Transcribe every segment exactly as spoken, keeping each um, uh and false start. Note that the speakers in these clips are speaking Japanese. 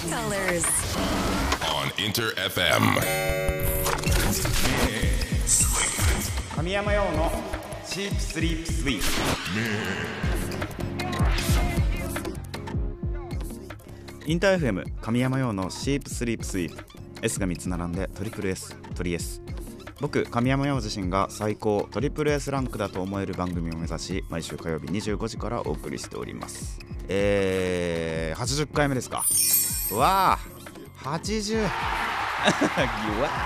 colors on Inter エフエム。 神山用のシープスリープスイープ。インター エフエム 神山用のシープスリープスイープ。 S がみっつ並んでトリプル S トリ S。 僕神山用自身が最高トリプル S ランクだと思える番組を目指し、毎週火曜日にじゅうごじからお送りしております。えー、はちじゅっかいめですか。うわーはちじゅううわうわ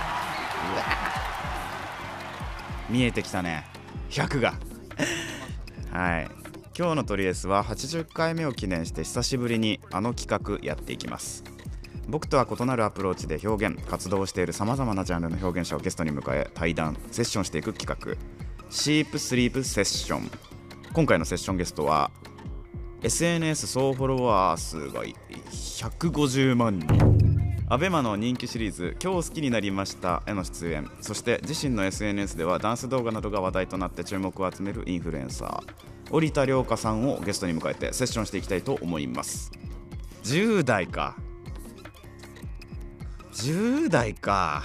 見えてきたね、ひゃくがはい、今日のトリエスははちじゅっかいめを記念して久しぶりにあの企画やっていきます。僕とは異なるアプローチで表現活動をしているさまざまなジャンルの表現者をゲストに迎え対談セッションしていく企画、シープスリープセッション。今回のセッションゲストは エスエヌエス 総フォロワー数がひゃくごじゅうまんにん、アベマの人気シリーズ今日好きになりましたへの出演、そして自身の エスエヌエス ではダンス動画などが話題となって注目を集めるインフルエンサー織田涼香さんをゲストに迎えてセッションしていきたいと思います。じゅう代かじゅう代か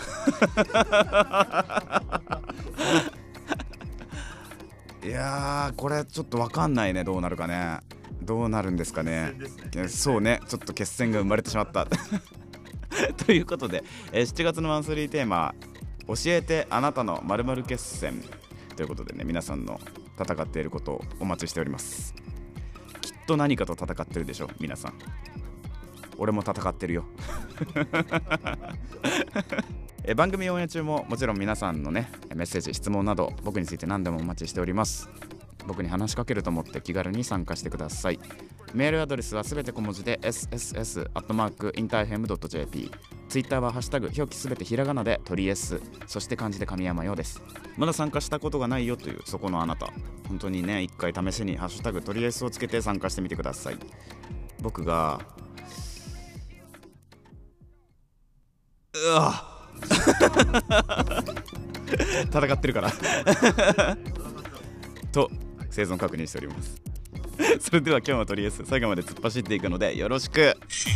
いやーこれちょっと分かんないね、どうなるかね、どうなるんですかね。そうね、ちょっと決戦が生まれてしまったということで、えー、しちがつのマンスリーテーマ教えてあなたの〇〇決戦ということでね、皆さんの戦っていることをお待ちしております。きっと何かと戦ってるでしょ皆さん。俺も戦ってるよえ番組オンエア中ももちろん皆さんのねメッセージ質問など僕について何でもお待ちしております。僕に話しかけると思って気軽に参加してください。メールアドレスはすべて小文字で エスエスエス アットマーク インターエフエム ドット ジェーピー。 ツイッターはハッシュタグ表記すべてひらがなでトリエス、そして漢字で神山ようです。まだ参加したことがないよというそこのあなた、本当にね一回試しにハッシュタグトリエスをつけて参加してみてください。僕がうわ戦ってるからと生存確認しておりますそれでは今日もとりあえず最後まで突っ走っていくのでよろしく。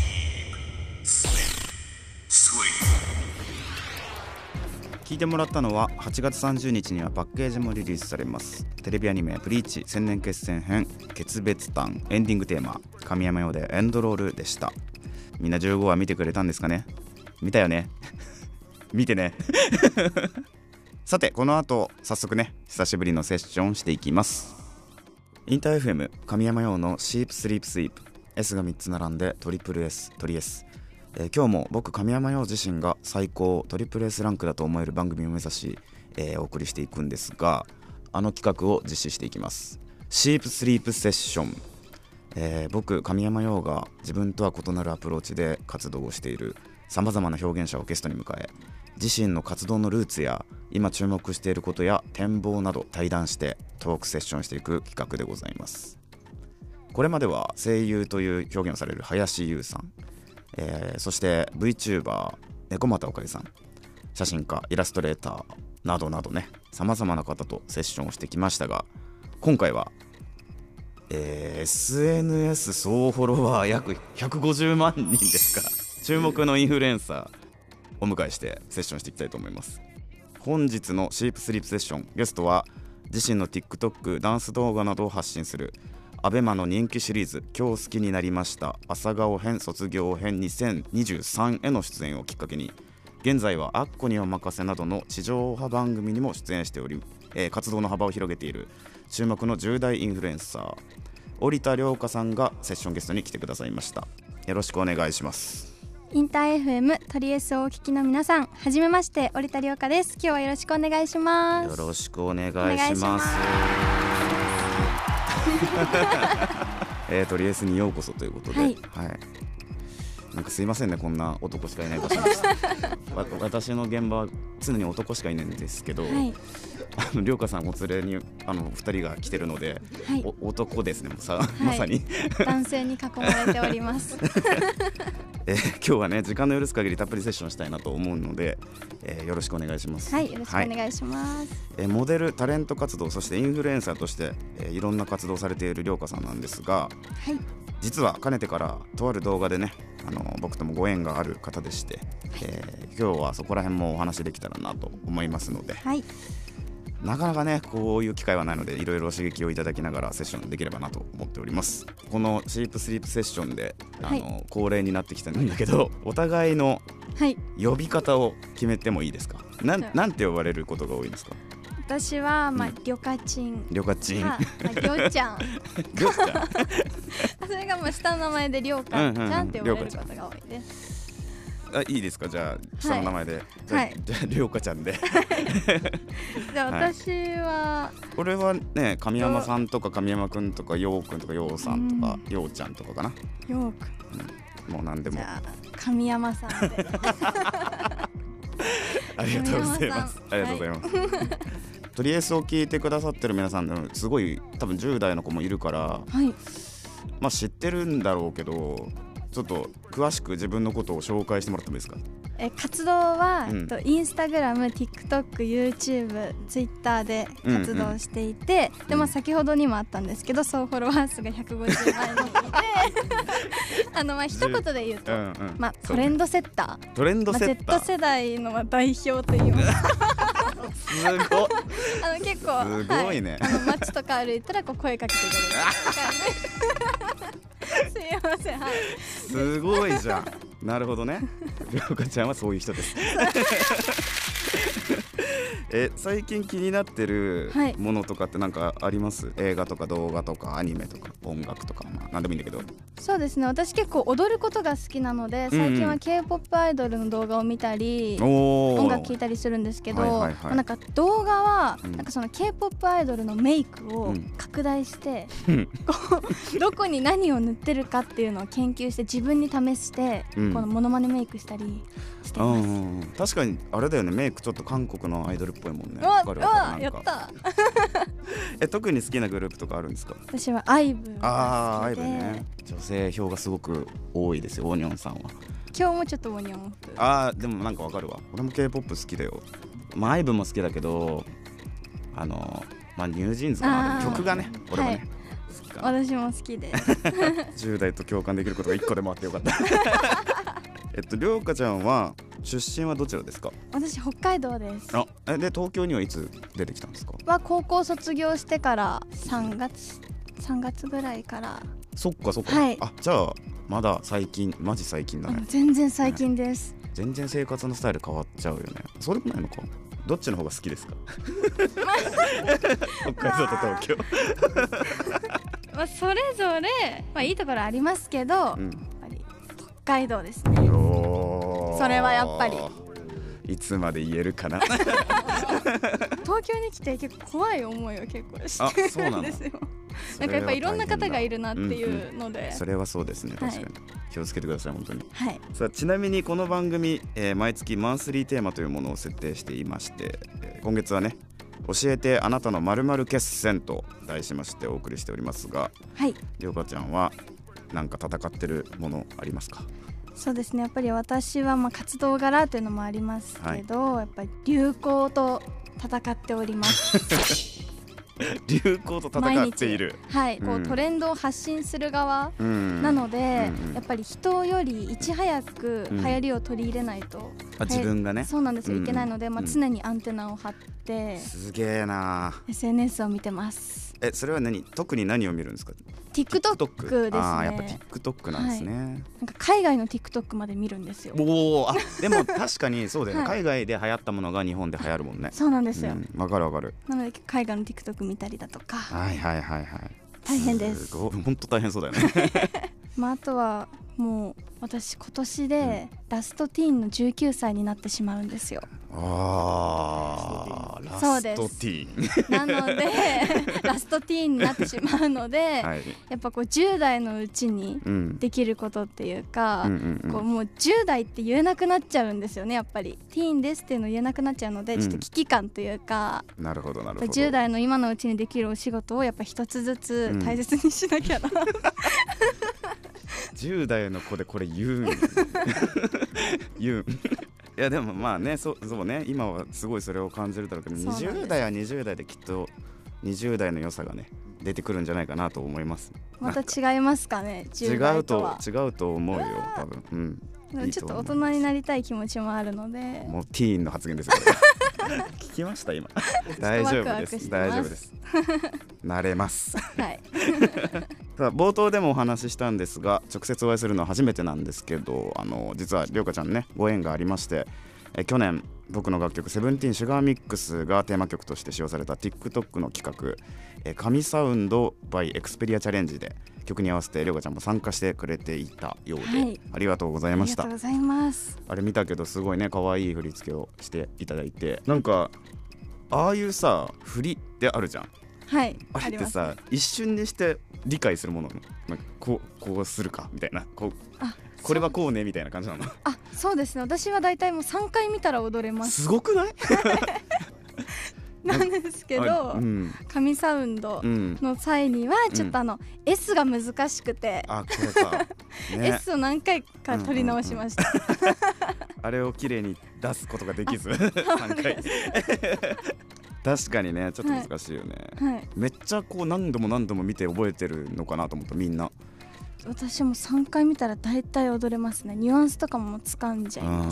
聞いてもらったのははちがつさんじゅうにちにはパッケージもリリースされますテレビアニメブリーチ千年決戦編決別譚エンディングテーマ神山用でエンドロールでした。みんなじゅうごわ見てくれたんですかね。見たよね見てねさてこの後早速ね久しぶりのセッションしていきます。インター エフエム 神山用のシープスリープスイープ。 S がみっつ並んでトリプル S トリ S。えー、今日も僕神山用自身が最高トリプル S ランクだと思える番組を目指し、えー、お送りしていくんですが、あの企画を実施していきます。シープスリープセッション。えー、僕神山用が自分とは異なるアプローチで活動をしているさまざまな表現者をゲストに迎え、自身の活動のルーツや今注目していることや展望など対談してトークセッションしていく企画でございます。これまでは声優という表現をされる林優さん、えー、そして VTuber 猫又おかげさん、写真家イラストレーターなどなどね、さまざまな方とセッションをしてきましたが、今回は、えー、エスエヌエス 総フォロワー約ひゃくごじゅうまんにんですか注目のインフルエンサーお迎えしてセッションしていきたいと思います。本日のシープスリープセッションゲストは自身の TikTok ダンス動画などを発信するアベマの人気シリーズ今日好きになりました朝顔編卒業編にせんにじゅうさんへの出演をきっかけに、現在はアッコにお任せなどの地上波番組にも出演しており、えー、活動の幅を広げている注目のじゅう代インフルエンサー織田涼香さんがセッションゲストに来てくださいました。よろしくお願いします。 インター エフエム トリエスをお聞きの皆さん、はじめまして織田涼香です。今日はよろしくお願いします。 よろしくお願いします。えー、トリエスにようこそということで、はい、はい、なんかすいませんね、こんな男しかいない場所です私の現場は常に男しかいないんですけど、はい、あの涼香さんお連れにあのふたりが来てるので、はい、お男ですねもうさ、はい、まさに男性に囲まれておりますえー、今日はね時間の許す限りたっぷりセッションしたいなと思うので、えー、よろしくお願いします。 はい、よろしくお願いします、はい、 えー、モデルタレント活動そしてインフルエンサーとして、えー、いろんな活動をされている涼香さんなんですが、はい、 実はかねてからとある動画でね、あの僕ともご縁がある方でして、えー、今日はそこら辺もお話できたらなと思いますので、 はい、 なかなかねこういう機会はないのでいろいろ刺激をいただきながらセッションできればなと思っております。このシープスリープセッションであの、はい、恒例になってきたんだけど、お互いの呼び方を決めてもいいですか？な ん, なんて呼ばれることが多いですか？ 私は、まあ、りょかちん、 りょかちん、 まあ、りょうちゃんりょうちゃんそれがまあ下の名前でりょうかちゃんって呼ばれることが多いです。 あ、いいですか？じゃあ下の名前で、はい、じゃあ、はい、じゃありょうかちゃんでじゃあ私は、はい、 これはね神山さんとか神山くんとかようくんとかようさんとかようちゃんとかかな。 ようくん、 うん、もう何でも。 じゃあ神山さんでありがとうございます。ありがとうございます、はいトリエスを聞いてくださってる皆さんすごい多分じゅう代の子もいるから、 はい、 まあ知ってるんだろうけどちょっと詳しく自分のことを紹介してもらってもいいですか？ え活動は、 うん、 とインスタグラム、TikTok、YouTube、Twitter で活動していて、うんうん、でまあ、先ほどにもあったんですけど総フォロワー数がひゃくごじゅうまん人いてあのまあ一言で言うと、うんうん、まあ、トレンドセッター、 トレンドセッター、 まあ、Z 世代の代表といいますすごいあの結構すごいね、 はい、あの街とか歩いたらこう声かけてくれるすいません、はい、 すごいじゃんなるほどねりょうかちゃんはそういう人ですえ最近気になってるものとかって何かあります？はい、映画とか動画とかアニメとか音楽とか、まあ、何でもいいんだけど。 そうですね、私結構踊ることが好きなので最近は K-ポップ アイドルの動画を見たり、うん、音楽聴いたりするんですけど、はいはいはい、まあ、なんか動画は、うん、なんかその K-ポップ アイドルのメイクを拡大して、うん、こうどこに何を塗ってるかっていうのを研究して自分に試して、うん、このモノマネメイクしたりしてます。うん、 確かにあれだよね、メイクちょっと韓国のアイドルっぽいもんね。 うわ、うわ、やったえ特に好きなグループとかあるんですか？ 私はアイブが好きで。 あー、アイブね、女性票がすごく多いですよ、オニョンさんは。 今日もちょっとオニョン。 あー、でもなんかわかるわ、俺も K-ポップ 好きだよ。まあアイブも好きだけど、あのまあニュージーンズかな、曲がね、俺もね、はい、好きかな。 私も好きでじゅう代と共感できることがいっこでもあってよかったえっと、りょうかちゃんは出身はどちらですか？ 私北海道です。 あ、えで東京にはいつ出てきたんですか？ は高校卒業してからさんがつさんがつぐらいから。 そっかそっか、はい、あ、じゃあまだ最近、マジ最近だね。 全然最近です、ね、 全然生活のスタイル変わっちゃうよね。そうでもないのか。どっちの方が好きですか？北海道と東京まあそれぞれ、まあ、いいところありますけど、うん、やっぱり北海道ですね。それはやっぱりいつまで言えるかな東京に来て結構怖い思いを結構してるんですよ。なんかやっぱいろんな方がいるなっていうので、うんうん、それはそうですね、確かに、はい、気をつけてください本当に、 はい、 さあちなみにこの番組、えー、毎月マンスリーテーマというものを設定していまして、えー、今月はね、教えてあなたの〇〇決戦と題しましてお送りしておりますが、 はい、 りょうかちゃんは何か戦ってるものありますか？ そうですね、やっぱり私はまあ活動柄というのもありますけど、はい、やっぱり流行と戦っております流行と戦っている、 はい、こう、うん、トレンドを発信する側なので、うんうん、やっぱり人よりいち早く流行りを取り入れないと、うん、 あ自分がね、 そうなんですよ、いけないので、まあ、常にアンテナを張って、 すげえな、 エスエヌエス を見てます。 え、それは何、特に何を見るんですか？ TikTok ですね。 あー、やっぱ TikTok なんですね、はい、なんか海外の TikTok まで見るんですよ。 おあでも確かにそうだよね、はい、海外で流行ったものが日本で流行るもんね。 そうなんですよ、 わ、うん、かるわかる。 なので海外の TikTok 見たりだとか、 はいはいはいはい、 大変です。 本当大変そうだよねまああとはもう私今年でラストティーンのじゅうきゅうさいになってしまうんですよ。 あー、ラストティーンなのでラストティーンになってしまうので、はい、やっぱこうじゅう代のうちにできることっていうか、うん、こうもうじゅう代って言えなくなっちゃうんですよね。やっぱりティーンですっていうの言えなくなっちゃうので、ちょっと危機感というか、 うん、なるほどなるほど、 じゅう代の今のうちにできるお仕事をやっぱ一つずつ大切にしなきゃな、うんじゅう代の子でこれ言うん言うんいやでもまあね、そ う, そうね、今はすごいそれを感じるだろうけど、にじゅう代はにじゅう代できっとにじゅう代の良さがね出てくるんじゃないかなと思います。 また違いますかね、じゅう代とは。 違うと違うと思うよ多分、うん、 でもちょっと大人になりたい気持ちもあるので。 もうティーンの発言ですよ聞きました今大丈夫です大丈夫です慣れますはいさあ冒頭でもお話ししたんですが、直接お会いするのは初めてなんですけど、あの実はりょうかちゃんねご縁がありまして、え去年僕の楽曲セブンティーンシュガーミックスがテーマ曲として使用された TikTok の企画、え神サウンド by エクスペリアチャレンジで曲に合わせてりょうかちゃんも参加してくれていたようで、はい、ありがとうございました。 ありがとうございます。 あれ見たけどすごいね可愛い振り付けをしていただいて、なんかああいうさ振りってあるじゃん。 はい、 あれってさ一瞬にして理解するもの、なんかこうこうするかみたいな、こうあこれはこうねみたいな感じなの。 あ、そうですね、私はだいたいもうさんかい見たら踊れます。 すごくないなんですけど、うん、神サウンドの際にはちょっとあの、うん、S が難しくて、 あ、これか、 ね、S を何回か取り直しました、うんうんうん、 あれをきれいに出すことができずさんかい確かにねちょっと難しいよね、はいはい、めっちゃこう何度も何度も見て覚えてるのかなと思ったみんな。 私もさんかい見たら大体踊れますね。ニュアンスとかも掴んじゃいます。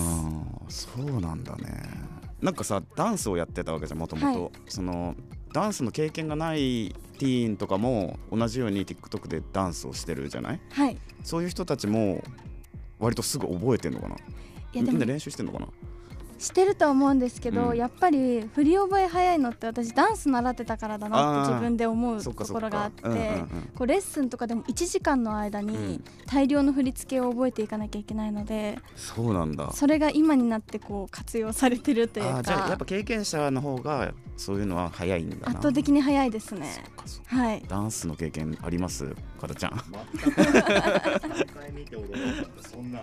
あ、そうなんだね。なんかさダンスをやってたわけじゃんもともと。そのダンスの経験がないティーンとかも同じように TikTok でダンスをしてるじゃない。 はい。 そういう人たちも割とすぐ覚えてんのかな。いやでもみんな練習してんのかな。 してると思うんですけど、うん、やっぱり振り覚え早いのって私ダンス習ってたからだなって自分で思うところがあって、うんうんうん、こうレッスンとかでもいちじかんの間に大量の振り付けを覚えていかなきゃいけないので、 そうなんだ。 それが今になってこう活用されてるというか。 あ、じゃあやっぱ経験者の方がそういうのは早いんだな。 圧倒的に早いですね。 そっかそっか、はい、 ダンスの経験ありますかたちゃん。 全くさんかい見て踊ろうなんてそんな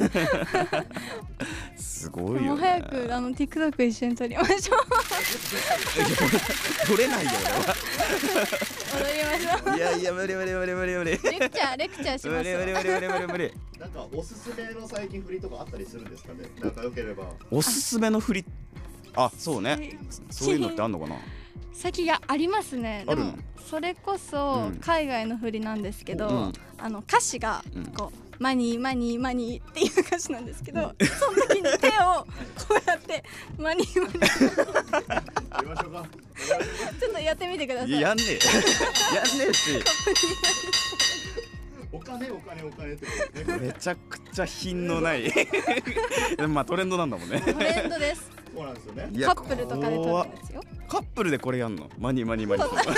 すごいよね。 もう早くあの TikTok 一緒に撮りましょう撮れないよ踊りましょう。 いやいや無理無理無理無理無理。 レクチャーレクチャーします。 無理無理無理無理無理無理。 なんかおすすめの最近振りとかあったりするんですかね。仲良ければ。 おすすめの振り。あ、そうね。そういうのってあんのかな。 先がありますね。でもそれこそ海外の振りなんですけど、うん、あの歌詞がこう、うん、マニーマニーマニーっていう歌詞なんですけど、うん、その時に手をこうやってマニーマニーやりましょうか。ちょっとやってみてください。 いや、やんねえやんねえしお金お金お金ってことね。 めちゃくちゃ品のないでもまあトレンドなんだもんね。 トレンドです。 そうなんですよね。 カップルとかで撮るんですよ。 カップルでこれやんの。マニーマニーマニーはい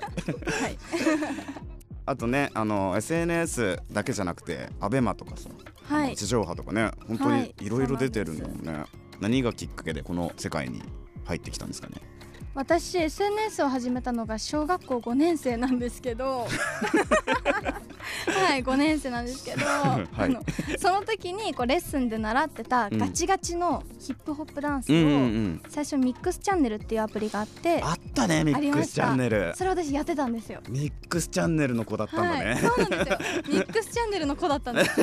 あとね、あの エスエヌエス だけじゃなくてアベマとかさ、はい、地上波とかね、本当にいろいろ出てるんだもんね、はい、何がきっかけでこの世界に入ってきたんですかね。 私 エスエヌエス を始めたのが小学校ごねん生なんですけどはいごねん生なんですけど、はい、あのその時にこうレッスンで習ってたガチガチのヒップホップダンスを最初ミックスチャンネルっていうアプリがあって、 あったねミックスチャンネル。 それ私やってたんですよ。 ミックスチャンネルの子だったんだね、 はい、そうなんですよミックスチャンネルの子だったんです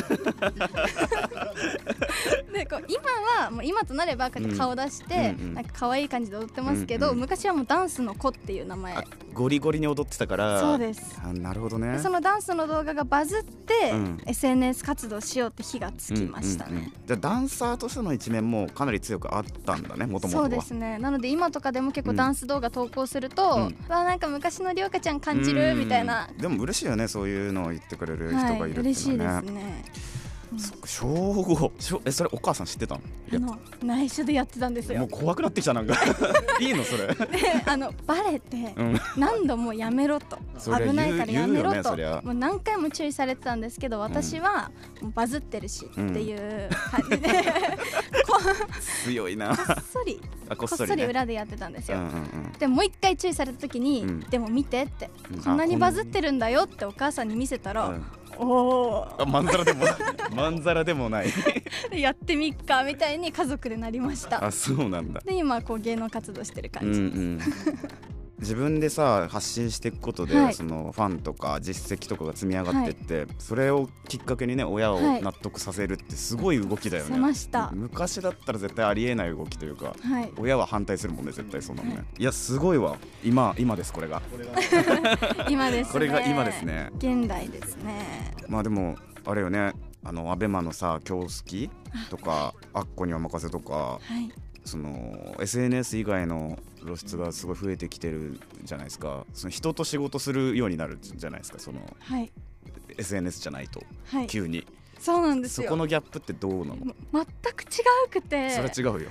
でこう今はもう今となればこうやって顔出して、うん、なんか可愛い感じで踊ってますけど、うんうん、昔はもうダンスの子っていう名前、 ゴリゴリに踊ってたから。 そうです。 あ、なるほどね。 そのダンスの動画がバズって、うん、エスエヌエス 活動しようって火がつきましたね、うんうんうん、 じゃあダンサーとしての一面もかなり強くあったんだね、もともとは。 そうですね。なので今とかでも結構ダンス動画投稿すると、うんうん、わなんか昔のりょうかちゃん感じるみたいな。 でも嬉しいよね、そういうのを言ってくれる人がいるっていうのはね、はい、嬉しいですね。そっか、小ご、え、それお母さん知ってたの？ あの内緒でやってたんですよ。 もう怖くなってきたなんかいいのそれで、 あのバレて何度もやめろと、うん、危ないからやめろと、ね、もう何回も注意されてたんですけど、私はもうバズってるしっていう感じで、うん、 強いな。 こっそりこっそり裏でやってたんですよ、うんうんうん、でももう一回注意された時に、うん、でも見てって、うん、こんなにバズってるんだよってお母さんに見せたら、うん、おー、まんざらでもまんざらでもないやってみっかみたいに家族でなりました。 あ、そうなんだ。 で今こう芸能活動してる感じです、うんうん自分でさ発信していくことで、はい、そのファンとか実績とかが積み上がっていって、はい、それをきっかけにね親を納得させるってすごい動きだよね、 はい、ました。 昔だったら絶対ありえない動きというか、はい、親は反対するもんね絶対そんなのね、はい、いやすごいわ。今今ですこれが今ですね。 これが今ですね。 現代ですね。 まあでもあれよね、あのアベマのさ京介とかあっこにお任せとか、はい、その エスエヌエス 以外の露出がすごい増えてきてるじゃないですか。その人と仕事するようになるじゃないですか、その、はい、エスエヌエス じゃないと、はい、急に。 そうなんですよ。 そこのギャップってどうなの？ 全く違うくて。 それは違うよ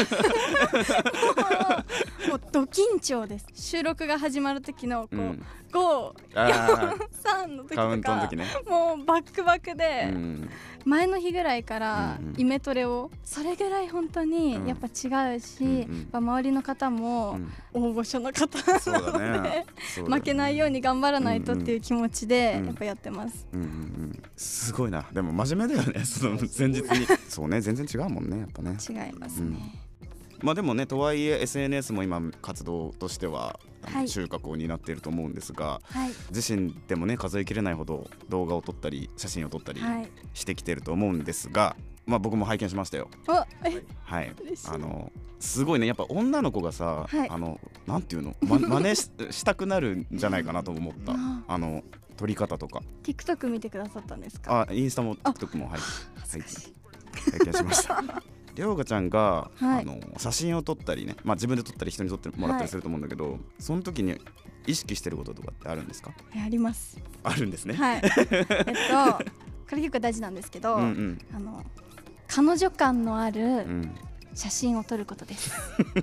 もうド緊張です。収録が始まる時のこう、うん、ご、よん、さんの時とかカウントの時ね、もうバックバックで、うん、前の日ぐらいからイメトレを、うんうん、それぐらい本当にやっぱ違うし、うんうん、周りの方も大御所の方なので、そうだね、負けないように頑張らないとっていう気持ちでやっぱやってます、うんうんうん、 すごいな。でも真面目だよねその前日にそうね、全然違うもんねやっぱね。違いますね、うん、 まあでもね、とはいえ エスエヌエス も今活動としては中核を担っていると思うんですが、はい、自身でもね数えきれないほど動画を撮ったり写真を撮ったりしてきてると思うんですが、まあ僕も拝見しましたよ。 あ、 はい、あのすごいね、やっぱ女の子がさ、はい、あのなんていうの、ま、真似 し, したくなるんじゃないかなと思ったあの撮り方とか。 TikTok 見てくださったんですか？ あ、インスタも TikTok も拝見しましたりょうがちゃんが、はい、あの写真を撮ったりね、まあ、自分で撮ったり人に撮ってもらったりすると思うんだけど、はい、その時に意識してることとかってあるんですか？ あります。 あるんですね、 はいえっとこれ結構大事なんですけど、うん、うん、あの彼女感のある写真を撮ることです、うん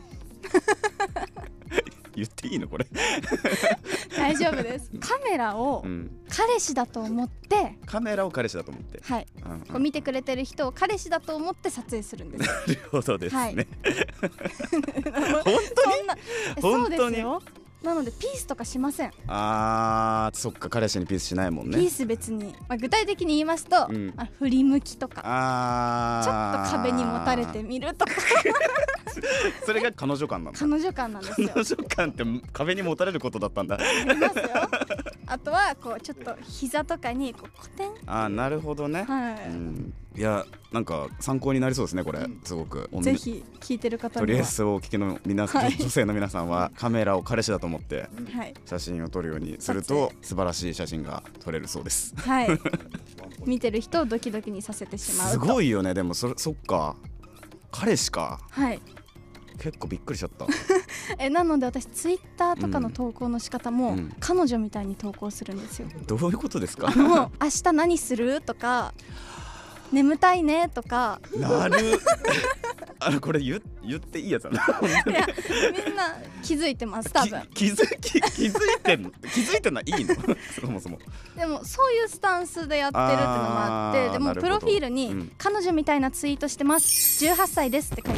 言っていいのこれ大丈夫です。カメラを彼氏だと思って、うん、 カメラを彼氏だと思って、 はい、うんうん、こう見てくれてる人を彼氏だと思って撮影するんです。 なるほどですね、はい、本当にそうですよ。なのでピースとかしません。 あー、そっか、彼氏にピースしないもんね。 ピース別に、まあ、具体的に言いますと、うん、あ振り向きとか、あちょっと壁にもたれてみるとかそれが彼女感なんだ。 彼女感なんですよ。 彼女感って壁にもたれることだったんだ。 ありますよ。あとはこうちょっと膝とかにこう古典。 あー、なるほどね、はい、うん、いやなんか参考になりそうですねこれ、うん、すごく。 ぜひ聞いてる方には、 とりあえずお聞きの皆さん、はい、女性の皆さんはカメラを彼氏だと思って写真を撮るようにすると素晴らしい写真が撮れるそうです。 はい見てる人をドキドキにさせてしまうと。 すごいよね。でも そ, そっか彼氏か。 はい、 結構びっくりしちゃったえなので私ツイッターとかの投稿の仕方も、うん、彼女みたいに投稿するんですよ。 どういうことですか？ あの明日何するとか眠たいねとか。 なるあのこれ 言, 言っていいやつだな。 いやみんな気づいてます多分。 気づき気づいてんの気づいてんのはいいのそもそも。 でもそういうスタンスでやってるっていうのもあって、でもプロフィールに、うん、彼女みたいなツイートしてますじゅうはっさいですって書いて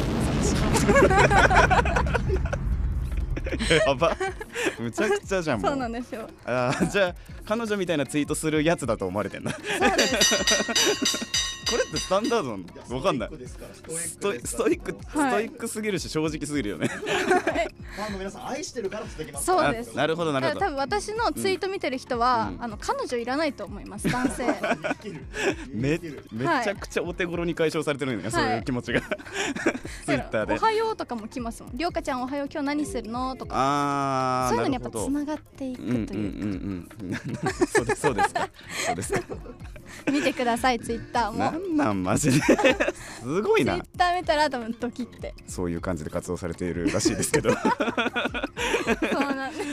ますやばむちゃくちゃじゃん。もうそうなんですよ。 あじゃあ彼女みたいなツイートするやつだと思われてんだ。 そうですこれってスタンダードなの？分かんない。ストイック、ストイックすぎるし正直すぎるよね。 ファンの皆さん愛してるから続きます。 そうです。 なるほどなるほど。 多分私のツイート見てる人は、うん、あの彼女いらないと思います男性。 め, めちゃくちゃお手頃に解消されてるんだよね、はい、そういう気持ちが。ツイッターで。 おはようとかも来ますもん。りょうかちゃんおはよう今日何するのとか。 あそういうのにやっぱつながっていくというか。 そうですそうですか。そうですか。 見てくださいツイッターも。 なんなんマジですごいな。 ツイッター見たら多分ドキって。 そういう感じで活動されているらしいですけど。 そうなんです。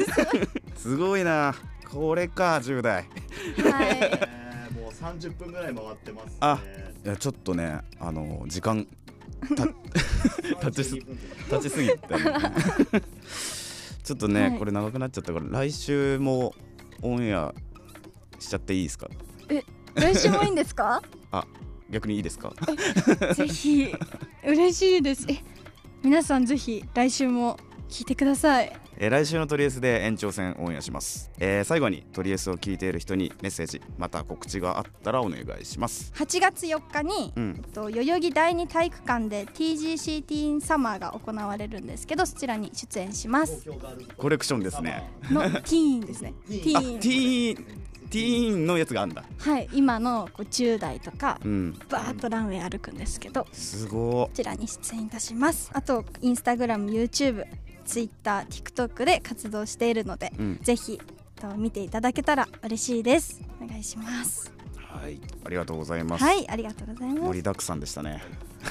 すごいな。これかじゅう代。はい。 えー、もうさんじゅっぷんぐらい回ってますね。 あ、いやちょっとねあの時間た立ちす立ちすぎて、ね、ちょっとね、はい、これ長くなっちゃったから来週もオンエアしちゃっていいですか？ え来週もいいんですか？ あ逆にいいですか？ ぜひ嬉しいです。え皆さんぜひ来週も聞いてください。 えー、来週のトリエスで延長戦オンエアします、えー、最後にトリエスを聞いている人にメッセージまた告知があったらお願いします。 はちがつよっかに、うんえっと、代々木第二体育館で ティージーシー ティーンサマーが行われるんですけど、そちらに出演します。 コレクションですねのティーンですねティーンティーンティーンのやつがあるんだ。 はい、今のこうじゅう代とか、うん、バーッとランウェイ歩くんですけど、 すごい。 こちらに出演いたします。あとインスタグラム、YouTube、Twitter、TikTok で活動しているので、うん、ぜひ見ていただけたら嬉しいです。お願いします。 はい、ありがとうございます。 はい、ありがとうございます。 盛りだくさんでしたね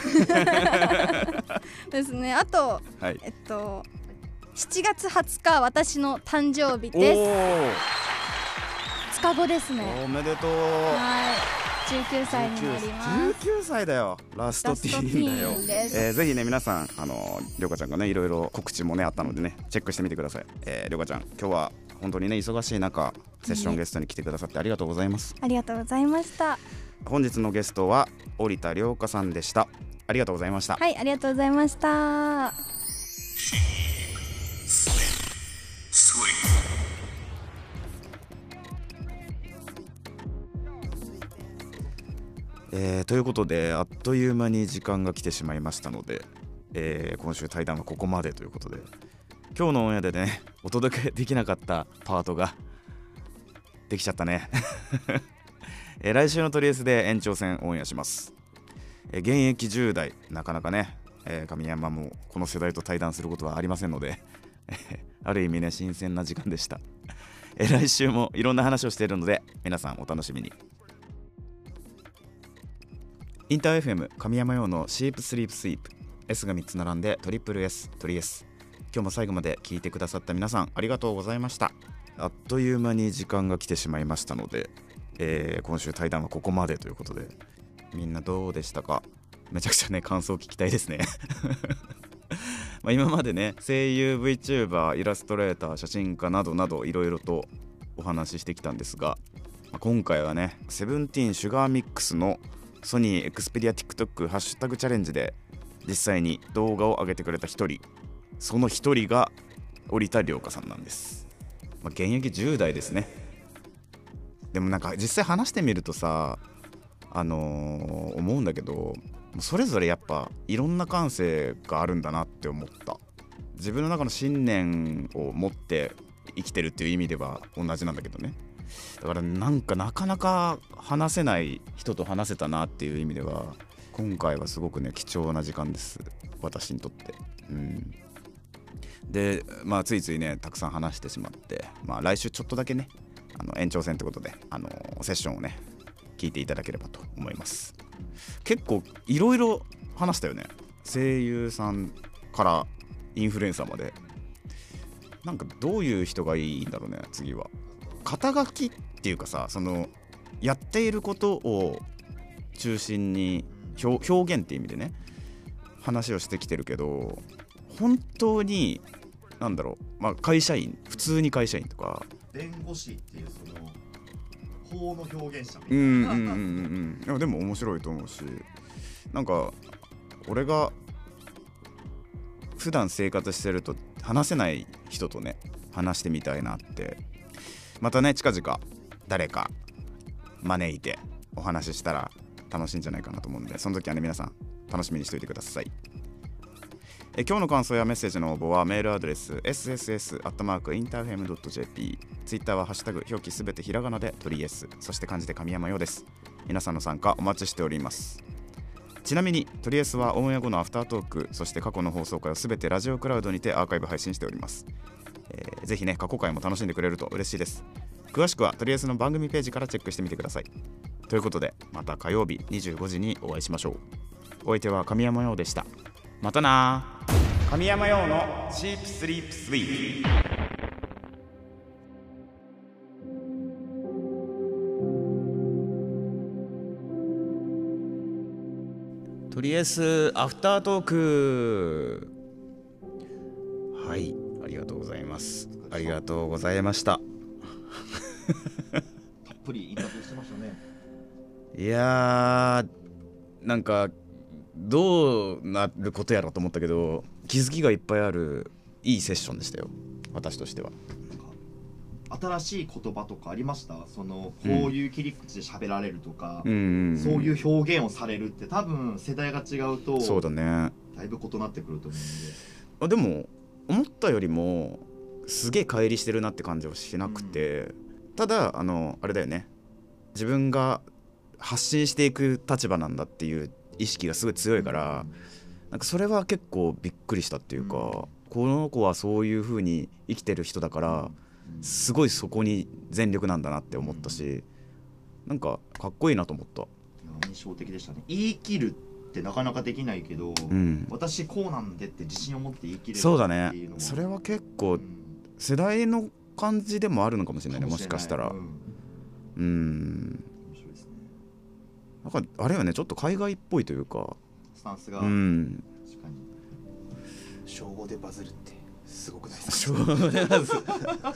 ですね。あと、はい、えっとしちがつはつか私の誕生日です。ふつかごですね。 おめでとう。 はい、じゅうきゅうさいになります。 じゅうきゅうさいだよ。ラストティーンだよ。えー、ぜひね皆さん、あのりょうかちゃんがねいろいろ告知もねあったのでねチェックしてみてください。えー、りょうかちゃん今日は本当にね忙しい中セッションゲストに来てくださってありがとうございます。 ありがとうございました。 本日のゲストは織田涼香さんでした。ありがとうございました。 はい、ありがとうございました。 えー、ということであっという間に時間が来てしまいましたので、えー、今週対談はここまでということで、今日のオンエアでねお届けできなかったパートができちゃったね、えー、来週のトリエスで延長戦オンエアします。えー、現役じゅう代なかなかね、えー、神山もこの世代と対談することはありませんのである意味ね新鮮な時間でした。えー、来週もいろんな話をしているので皆さんお楽しみに。インター エフエム 神山用のシープスリープスイープ S がみっつ並んでトリプル S トリエス。今日も最後まで聞いてくださった皆さんありがとうございました。あっという間に時間が来てしまいましたので、えー、今週対談はここまでということで、みんなどうでしたか。めちゃくちゃね感想聞きたいですねまあ今までね声優 VTuber イラストレーター写真家などなどいろいろとお話ししてきたんですが、まあ、今回はねセブンティーンシュガーミックスのソニーエクスペリア TikTok ハッシュタグチャレンジで実際に動画を上げてくれた一人、その一人が織田涼香さんなんです。まあ、現役じゅう代ですね。でもなんか実際話してみるとさ、あのー、思うんだけどそれぞれやっぱいろんな感性があるんだなって思った。自分の中の信念を持って生きてるっていう意味では同じなんだけどね。だからなんかなかなか話せない人と話せたなっていう意味では今回はすごくね貴重な時間です私にとって、うん、でまあついついねたくさん話してしまって、まあ、来週ちょっとだけねあの延長戦ということであのセッションをね聞いていただければと思います。結構いろいろ話したよね。声優さんからインフルエンサーまで。なんかどういう人がいいんだろうね次は。肩書きっていうかさ、そのやっていることを中心に 表, 表現っていう意味でね話をしてきてるけど、本当になんだろう、まあ、会社員普通に会社員とか弁護士っていうその法の表現者みたいな、うんうんうんうん、でも面白いと思うし、なんか俺が普段生活してると話せない人とね話してみたいなって、またね近々誰か招いてお話ししたら楽しいんじゃないかなと思うんで、その時はね皆さん楽しみにしておいてください。え今日の感想やメッセージの応募はメールアドレス エスエスエス アットマーク インターフェム ドット ジェーピー、 ツイッターはハッシュタグ表記すべてひらがなでトリエス、そして漢字で神山ようです。皆さんの参加お待ちしております。ちなみにトリエスはオンエア後のアフタートーク、そして過去の放送回をすべてラジオクラウドにてアーカイブ配信しております。えー、ぜひね過去回も楽しんでくれると嬉しいです。詳しくはトリエスの番組ページからチェックしてみてください。ということでまた火曜日にじゅうごじにお会いしましょう。お相手は神山陽でした。またな。神山陽のチープスリープスイープ。とりあえずアフタートーク。はい、ありがとうございます。ありがとうございましたたっぷりインタビューしてましたね。 いやーなんかどうなることやろうと思ったけど気づきがいっぱいあるいいセッションでしたよ。 私としては。 新しい言葉とかありました？そのこういう切り口で喋られるとか、うん、そういう表現をされるって多分世代が違うとそうだね、 だいぶ異なってくると思うんで。あでも思ったよりもすげえ乖離してるなって感じはしなくて、うん、ただあのあれだよね、自分が発信していく立場なんだっていう意識がすごい強いから、うん、なんかそれは結構びっくりしたっていうか、うん、この子はそういう風に生きてる人だから、うんすごいそこに全力なんだなって思ったし、うん、なんかかっこいいなと思った。 印象的でしたね。言い切るってなかなかできないけど、うん、私こうなんでって自信を持って言い切れるっていうのそうだね、それは結構世代の感じでもあるのかもしれないね、もしかしたら。うん、うん、面白いですね。なんかあれはねちょっと海外っぽいというかスタンスが、 うん、 確かに小ごでバズるってすごくないですか？ 小ごでバズる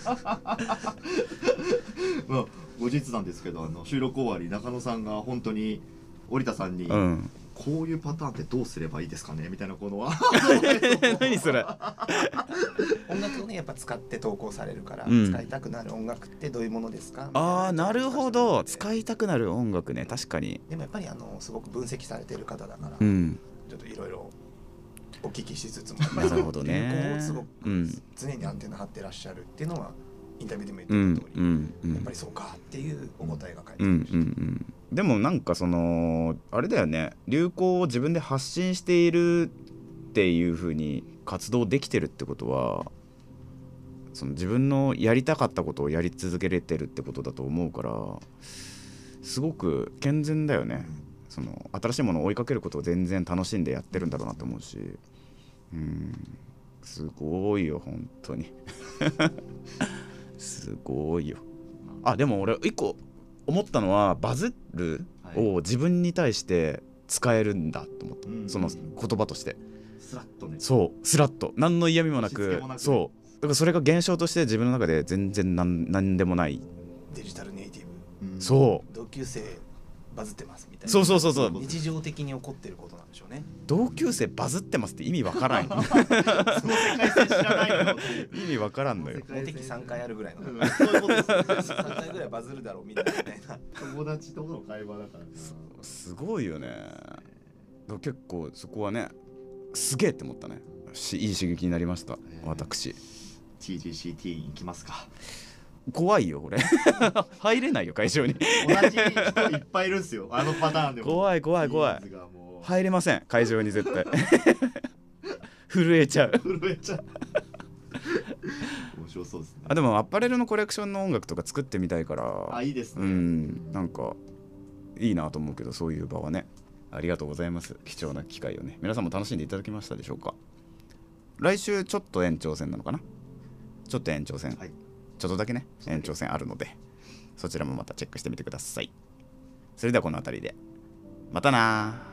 まあ後日なんですけど、あの収録終わり中野さんが本当に織田さんに、うん、こういうパターンってどうすればいいですかねみたいなこのは何それ音楽をねやっぱ使って投稿されるから、うん、使いたくなる音楽ってどういうものですか？ ああなるほど、使いたくなる音楽ね、確かに。 でもやっぱりあのすごく分析されてる方だから、 うん、 ちょっといろいろお聞きしつつもなるほどね、 流行をすごく常にアンテナ張ってらっしゃるっていうのはインタビューでも言ってた通り、うんうんうん、やっぱりそうかっていうお答えが返ってきました、うんうんうん、 でもなんかそのあれだよね、流行を自分で発信しているっていう風に活動できてるってことは、その自分のやりたかったことをやり続けれてるってことだと思うから、すごく健全だよね、うん、その新しいものを追いかけることを全然楽しんでやってるんだろうなと思うし、うん、すごいよ本当にすごいよ。あでも俺一個思ったのは、バズるを自分に対して使えるんだと思った、はい、その言葉としてスラッとね、 そうスラッと何の嫌味もなく、なくそうだからそれが現象として自分の中で全然何、何でもないデジタルネイティブ、 うん、そう同級生バズってますみたいな、 そうそうそうそう、 日常的に起こってることなんでしょうね。 同級生バズってますって意味わからんその世界線知らないの意味わからんのよ。 法的さんかいあるぐらいの、 うん、そういうことですさんかいぐらいバズるだろうみたいな友達との会話だからな。 す, すごいよね。結構そこはねすげえって思ったね。しいい刺激になりました、えー、私。 ティージーシーティー 行きますか？ 怖いよこれ入れないよ会場に同じ人いっぱいいるんですよ、あのパターンでも。 怖い怖い怖い、入れません会場に絶対震えちゃう震えちゃう面白そうですね。 あでもアパレルのコレクションの音楽とか作ってみたいから。 あいいですね、 うんなんかいいなと思うけど、そういう場はね。ありがとうございます、貴重な機会をね。皆さんも楽しんでいただけましたでしょうか？来週ちょっと延長戦なのかな、ちょっと延長戦、はい、ちょっとだけね延長戦あるので、そちらもまたチェックしてみてください。それではこの辺りでまたな。